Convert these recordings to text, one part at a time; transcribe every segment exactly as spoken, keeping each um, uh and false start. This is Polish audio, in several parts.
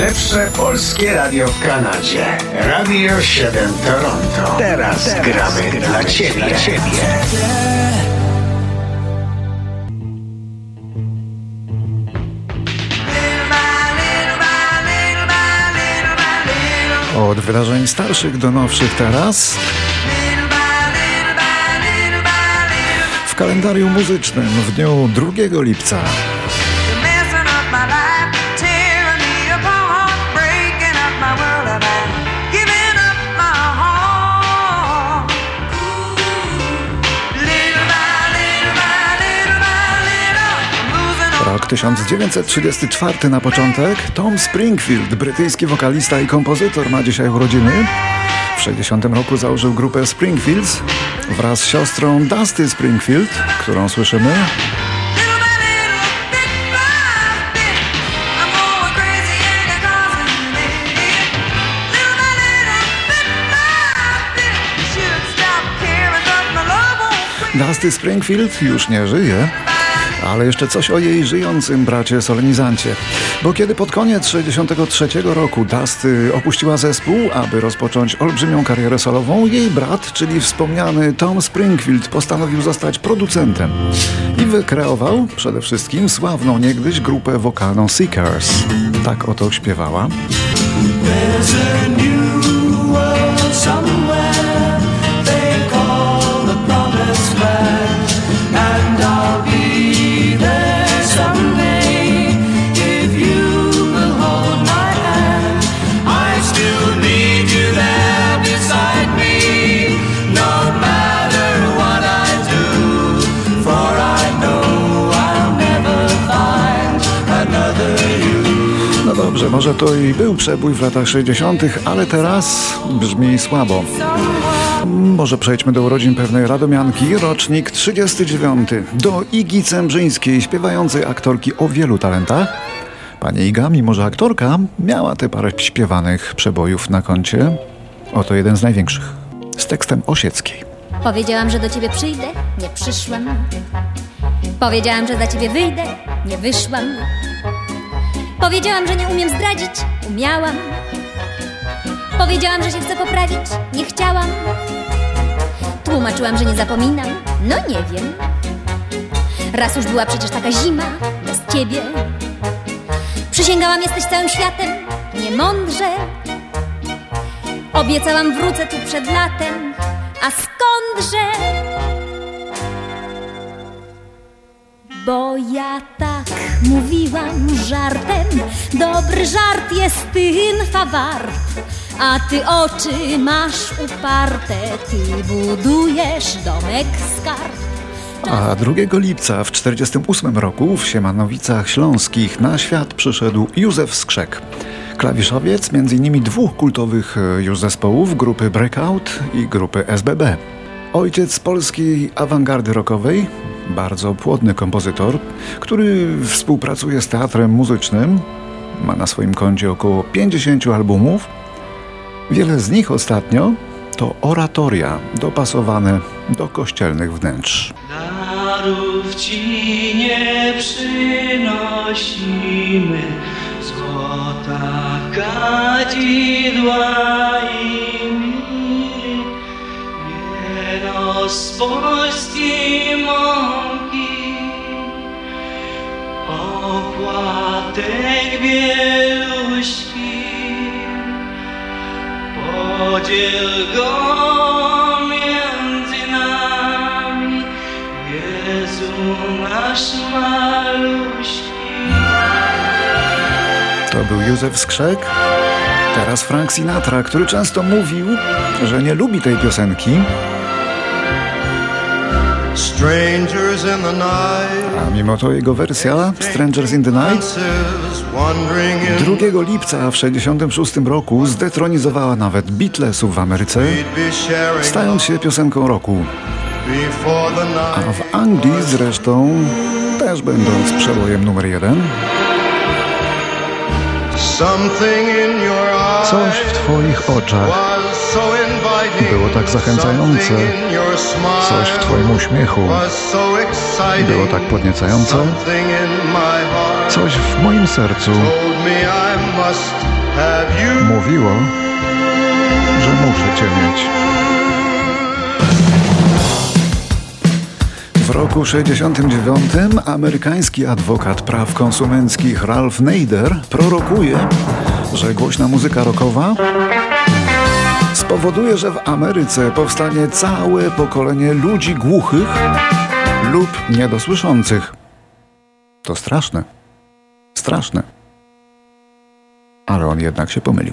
Najlepsze polskie radio w Kanadzie. Radio siedem Toronto. Teraz, Teraz gramy, gramy dla Ciebie. Dla ciebie. Od wydarzeń starszych do nowszych teraz w kalendarium muzycznym w dniu drugiego lipca. Rok tysiąc dziewięćset trzydziesty czwarty na początek. Tom Springfield, brytyjski wokalista i kompozytor, ma dzisiaj urodziny. W sześćdziesiątym roku założył grupę Springfields wraz z siostrą Dusty Springfield, którą słyszymy. Dusty Springfield już nie żyje, ale jeszcze coś o jej żyjącym bracie solenizancie. Bo kiedy pod koniec sześćdziesiątego trzeciego roku Dusty opuściła zespół, aby rozpocząć olbrzymią karierę solową, jej brat, czyli wspomniany Tom Springfield, postanowił zostać producentem i wykreował przede wszystkim sławną niegdyś grupę wokalną Seekers. Tak oto śpiewała. Dobrze, może to i był przebój w latach sześćdziesiątych, ale teraz brzmi słabo. Może przejdźmy do urodzin pewnej radomianki, rocznik trzydziesty dziewiąty. Do Igi Cembrzyńskiej, śpiewającej aktorki o wielu talentach. Pani Iga, mimo że aktorka, miała te parę śpiewanych przebojów na koncie. Oto jeden z największych, z tekstem Osieckiej. Powiedziałam, że do ciebie przyjdę, nie przyszłam. Powiedziałam, że za ciebie wyjdę, nie wyszłam. Powiedziałam, że nie umiem zdradzić, umiałam. Powiedziałam, że się chcę poprawić, nie chciałam. Tłumaczyłam, że nie zapominam, no nie wiem. Raz już była przecież taka zima, bez ciebie. Przysięgałam, jesteś całym światem, nie mądrze. Obiecałam, wrócę tu przed latem, a skądże? Bo ja tak mówiłam żartem, dobry żart jest tynfa wart, a ty oczy masz uparte, ty budujesz domek z kart. A drugiego lipca w czterdziestym ósmym roku w Siemanowicach Śląskich na świat przyszedł Józef Skrzek. Klawiszowiec między innymi dwóch kultowych już zespołów, grupy Breakout i grupy S B B. Ojciec polskiej awangardy rockowej, bardzo płodny kompozytor, który współpracuje z teatrem muzycznym, ma na swoim koncie około pięćdziesięciu albumów. Wiele z nich ostatnio to oratoria dopasowane do kościelnych wnętrz. Darów ci nie przynosimy, złota kadzidła i mir, wieno z polskiej mąki, opłatek bieluśki, podziel go między nami, Jezu nasz maluśki. To był Józef Skrzek, teraz Frank Sinatra, który często mówił, że nie lubi tej piosenki. Strangers in the night. A mimo to jego wersja Strangers in the Night drugiego lipca w sześćdziesiątym szóstym roku zdetronizowała nawet Beatlesów w Ameryce, stając się piosenką roku. A w Anglii zresztą też będąc przebojem numer jeden. Coś w twoich oczach było tak zachęcające, coś w twoim uśmiechu było tak podniecające, coś w moim sercu have you. Mówiło, że muszę cię mieć. W roku sześćdziesiątym dziewiątym amerykański adwokat praw konsumenckich Ralph Nader prorokuje, że głośna muzyka rockowa spowoduje, że w Ameryce powstanie całe pokolenie ludzi głuchych lub niedosłyszących. To straszne. Straszne. Ale on jednak się pomylił.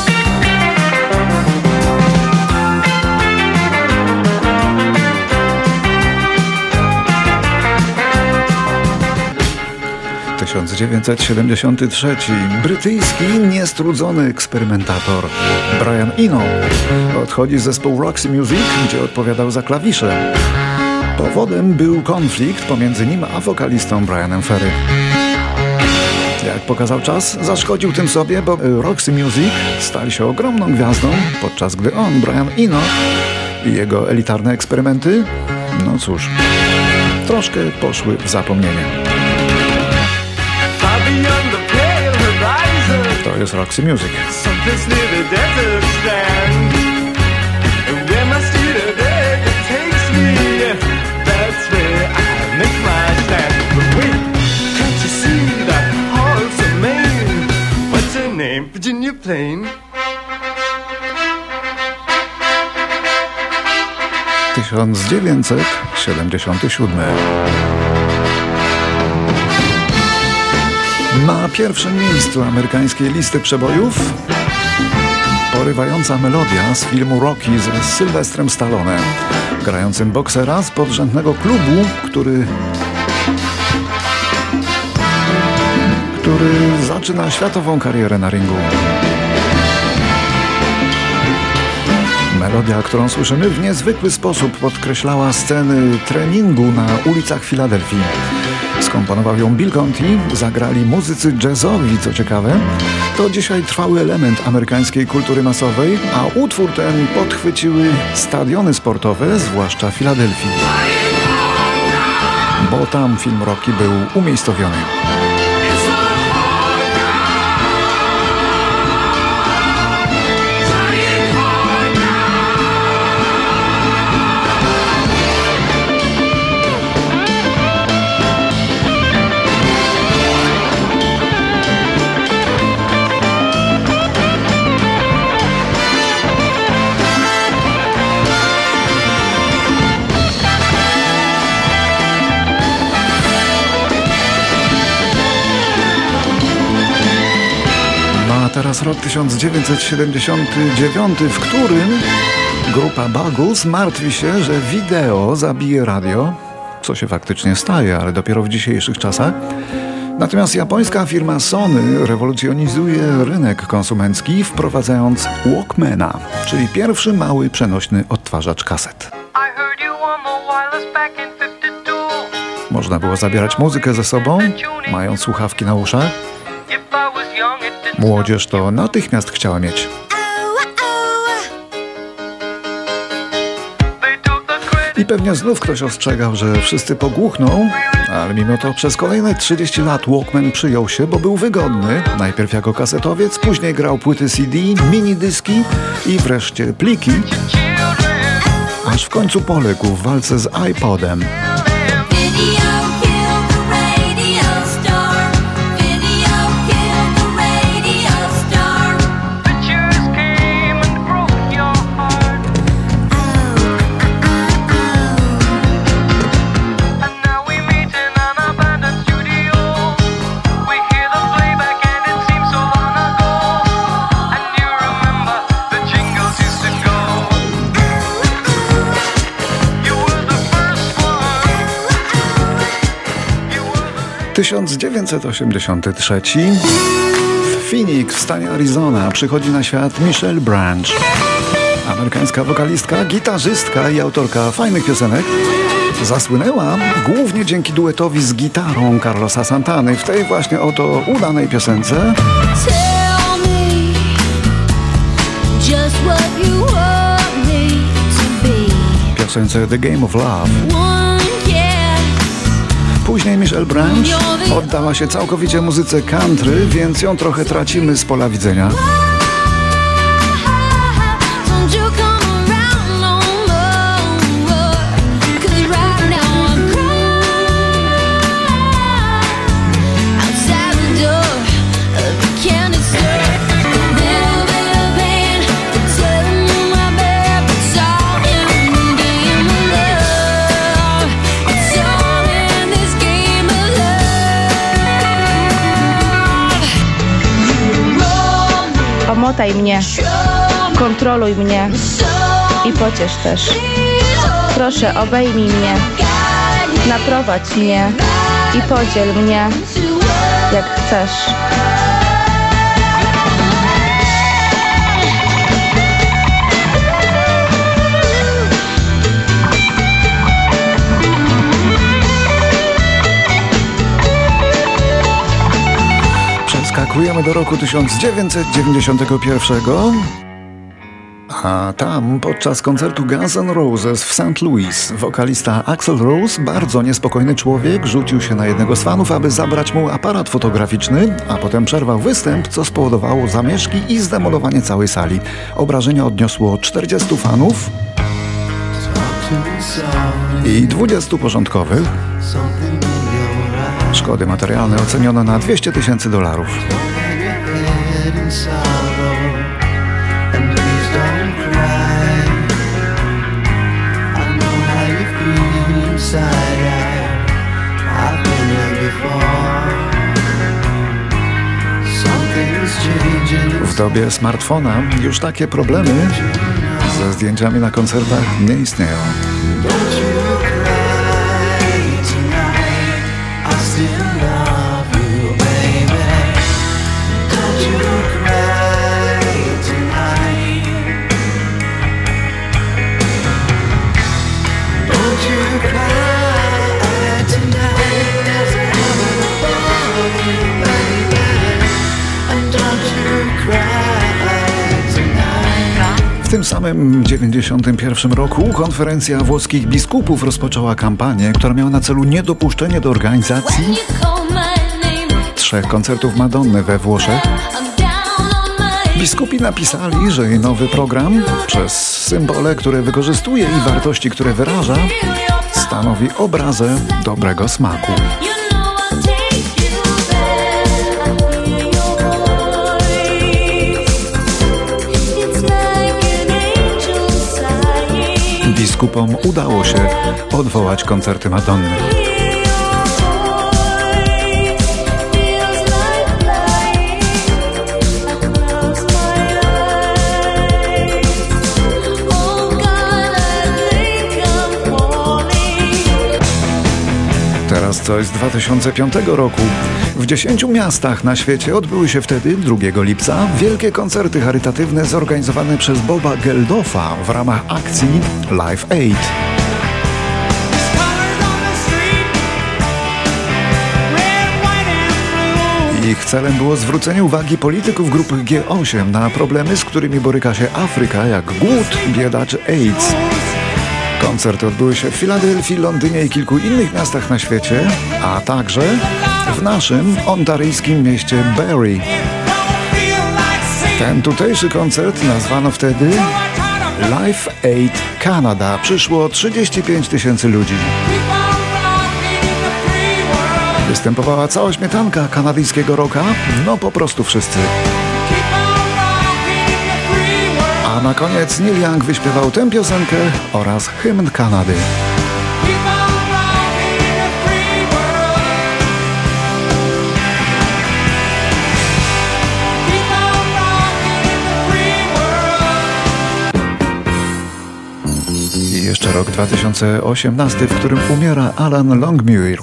tysiąc dziewięćset siedemdziesiąty trzeci. Brytyjski, niestrudzony eksperymentator Brian Eno odchodzi z zespołu Roxy Music, gdzie odpowiadał za klawisze. Powodem był konflikt pomiędzy nim a wokalistą Brianem Ferry. Jak pokazał czas, zaszkodził tym sobie, bo Roxy Music stali się ogromną gwiazdą, podczas gdy on, Brian Eno, i jego elitarne eksperymenty, no cóż, troszkę poszły w zapomnienie. To jest Roxy Music. Virginia Plain. tysiąc dziewięćset siedemdziesiąty siódmy. Na pierwszym miejscu amerykańskiej listy przebojów porywająca melodia z filmu Rocky ze Sylwestrem Stallone, grającym boksera z podrzędnego klubu, który który zaczyna światową karierę na ringu. Melodia, którą słyszymy, w niezwykły sposób podkreślała sceny treningu na ulicach Filadelfii. Skomponował ją Bill Conti, zagrali muzycy jazzowi, co ciekawe. To dzisiaj trwały element amerykańskiej kultury masowej, a utwór ten podchwyciły stadiony sportowe, zwłaszcza Filadelfii. Bo tam film Rocky był umiejscowiony. Teraz rok tysiąc dziewięćset siedemdziesiąty dziewiąty, w którym grupa Buggles martwi się, że wideo zabije radio, co się faktycznie staje, ale dopiero w dzisiejszych czasach. Natomiast japońska firma Sony rewolucjonizuje rynek konsumencki, wprowadzając Walkmana, czyli pierwszy mały przenośny odtwarzacz kaset. Można było zabierać muzykę ze sobą, mając słuchawki na uszach. Młodzież to natychmiast chciała mieć. I pewnie znów ktoś ostrzegał, że wszyscy pogłuchną, ale mimo to przez kolejne trzydzieści lat Walkman przyjął się, bo był wygodny. Najpierw jako kasetowiec, później grał płyty C D, mini-dyski i wreszcie pliki, aż w końcu poległ w walce z iPodem. tysiąc dziewięćset osiemdziesiąty trzeci. W Phoenix w stanie Arizona przychodzi na świat Michelle Branch. Amerykańska wokalistka, gitarzystka i autorka fajnych piosenek. Zasłynęła głównie dzięki duetowi z gitarą Carlosa Santany w tej właśnie oto udanej piosence. Piosence The Game of Love. później Michelle Branch oddała się całkowicie muzyce country, więc ją trochę tracimy z pola widzenia. Omotaj mnie, kontroluj mnie i pociesz też. Proszę, obejmij mnie, naprowadź mnie i podziel mnie, jak chcesz. Skakujemy do roku tysiąc dziewięćset dziewięćdziesiątego pierwszego, a tam podczas koncertu Guns N' Roses w Saint Louis wokalista Axl Rose, bardzo niespokojny człowiek, rzucił się na jednego z fanów, aby zabrać mu aparat fotograficzny, a potem przerwał występ, co spowodowało zamieszki i zdemolowanie całej sali. Obrażenia odniosło czterdziestu fanów i dwudziestu porządkowych. Szkody materialne oceniono na dwieście tysięcy dolarów. W dobie smartfona już takie problemy ze zdjęciami na koncertach nie istnieją. W tym samym dziewięćdziesiątym pierwszym roku konferencja włoskich biskupów rozpoczęła kampanię, która miała na celu niedopuszczenie do organizacji trzech koncertów Madonny we Włoszech. Biskupi napisali, że jej nowy program przez symbole, które wykorzystuje i wartości, które wyraża, stanowi obrazę dobrego smaku. Biskupom udało się odwołać koncerty Madonny. Teraz coś z dwa tysiące piątego roku. W dziesięciu miastach na świecie odbyły się wtedy, drugiego lipca, wielkie koncerty charytatywne zorganizowane przez Boba Geldoffa w ramach akcji Live Aid. Ich celem było zwrócenie uwagi polityków grupy G osiem na problemy, z którymi boryka się Afryka, jak głód, bieda czy AIDS. Koncerty odbyły się w Filadelfii, Londynie i kilku innych miastach na świecie, a także w naszym ontaryjskim mieście Barrie. Ten tutejszy koncert nazwano wtedy Live Aid Canada. Przyszło trzydzieści pięć tysięcy ludzi. Występowała cała śmietanka kanadyjskiego rocka, no po prostu wszyscy. A na koniec Neil Young wyśpiewał tę piosenkę oraz hymn Kanady. I jeszcze rok dwa tysiące osiemnasty, w którym umiera Alan Longmuir.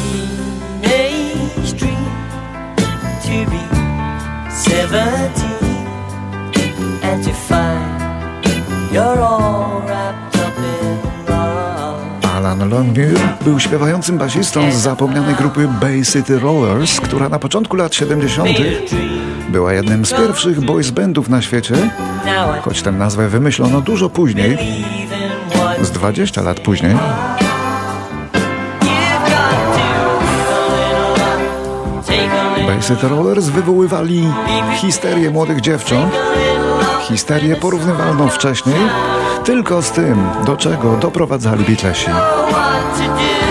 Alan Longmuir był śpiewającym basistą z zapomnianej grupy Bay City Rollers, która na początku lat siedemdziesiątych była jednym z pierwszych boys bandów na świecie, choć tę nazwę wymyślono dużo później, z dwadzieścia lat później. Lazy the Rollers wywoływali histerię młodych dziewcząt, histerię porównywalną wcześniej tylko z tym, do czego doprowadzali Beatlesi. What to do?